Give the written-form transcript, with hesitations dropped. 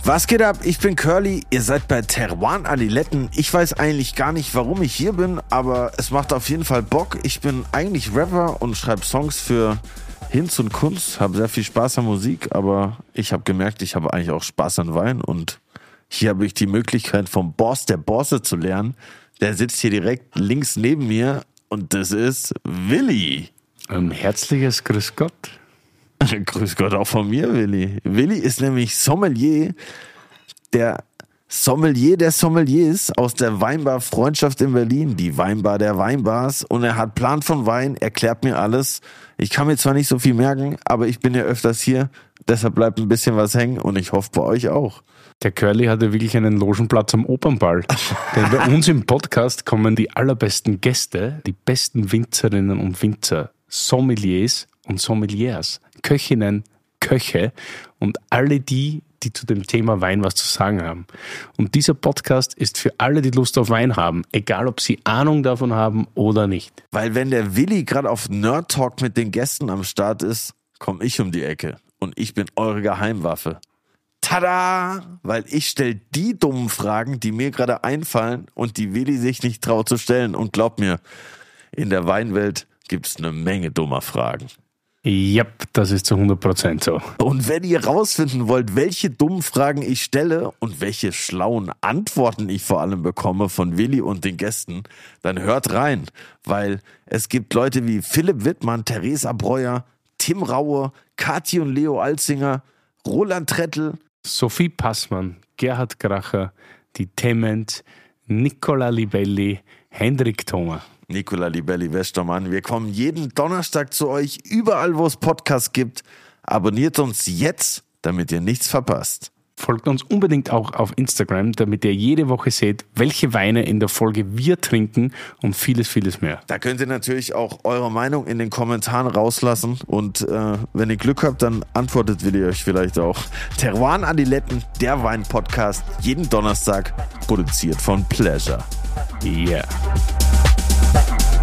Was geht ab? Ich bin Curly, ihr seid bei Teruan Adiletten. Ich weiß eigentlich gar nicht, warum ich hier bin, aber es macht auf jeden Fall Bock. Ich bin eigentlich Rapper und schreibe Songs für Hinz und Kunst, habe sehr viel Spaß an Musik, aber ich habe gemerkt, ich habe eigentlich auch Spaß an Wein und hier habe ich die Möglichkeit vom Boss der Bosse zu lernen. Der sitzt hier direkt links neben mir und das ist Willi. Ein herzliches Grüß Gott. Grüß Gott auch von mir, Willi. Willi ist nämlich Sommelier, der Sommelier der Sommeliers aus der Weinbar Freundschaft in Berlin, die Weinbar der Weinbars. Und er hat Plan von Wein, erklärt mir alles. Ich kann mir zwar nicht so viel merken, aber ich bin ja öfters hier, deshalb bleibt ein bisschen was hängen und ich hoffe bei euch auch. Der Curly hatte wirklich einen Logenplatz am Opernball. Denn bei uns im Podcast kommen die allerbesten Gäste, die besten Winzerinnen und Winzer, Sommeliers und Sommeliers, Köchinnen, Köche und alle die zu dem Thema Wein was zu sagen haben. Und dieser Podcast ist für alle, die Lust auf Wein haben, egal ob sie Ahnung davon haben oder nicht. Weil wenn der Willi gerade auf Nerd Talk mit den Gästen am Start ist, komme ich um die Ecke und ich bin eure Geheimwaffe. Tada! Weil ich stelle die dummen Fragen, die mir gerade einfallen und die Willi sich nicht traut zu stellen. Und glaub mir, in der Weinwelt gibt es eine Menge dummer Fragen. Ja, das ist zu 100% so. Und wenn ihr rausfinden wollt, welche dummen Fragen ich stelle und welche schlauen Antworten ich vor allem bekomme von Willi und den Gästen, dann hört rein, weil es gibt Leute wie Philipp Wittmann, Theresa Breuer, Tim Raue, Kathi und Leo Alzinger, Roland Trettl, Sophie Passmann, Gerhard Kracher, die Tement, Nicola Libelli, Hendrik Thoma. Nicola Libelli Westermann. Wir kommen jeden Donnerstag zu euch, überall wo es Podcasts gibt. Abonniert uns jetzt, damit ihr nichts verpasst. Folgt uns unbedingt auch auf Instagram, damit ihr jede Woche seht, welche Weine in der Folge wir trinken und vieles, vieles mehr. Da könnt ihr natürlich auch eure Meinung in den Kommentaren rauslassen und wenn ihr Glück habt, dann antwortet Willi euch vielleicht auch. Teruan Adiletten, der Wein-Podcast, jeden Donnerstag, produziert von Pleasure. Yeah.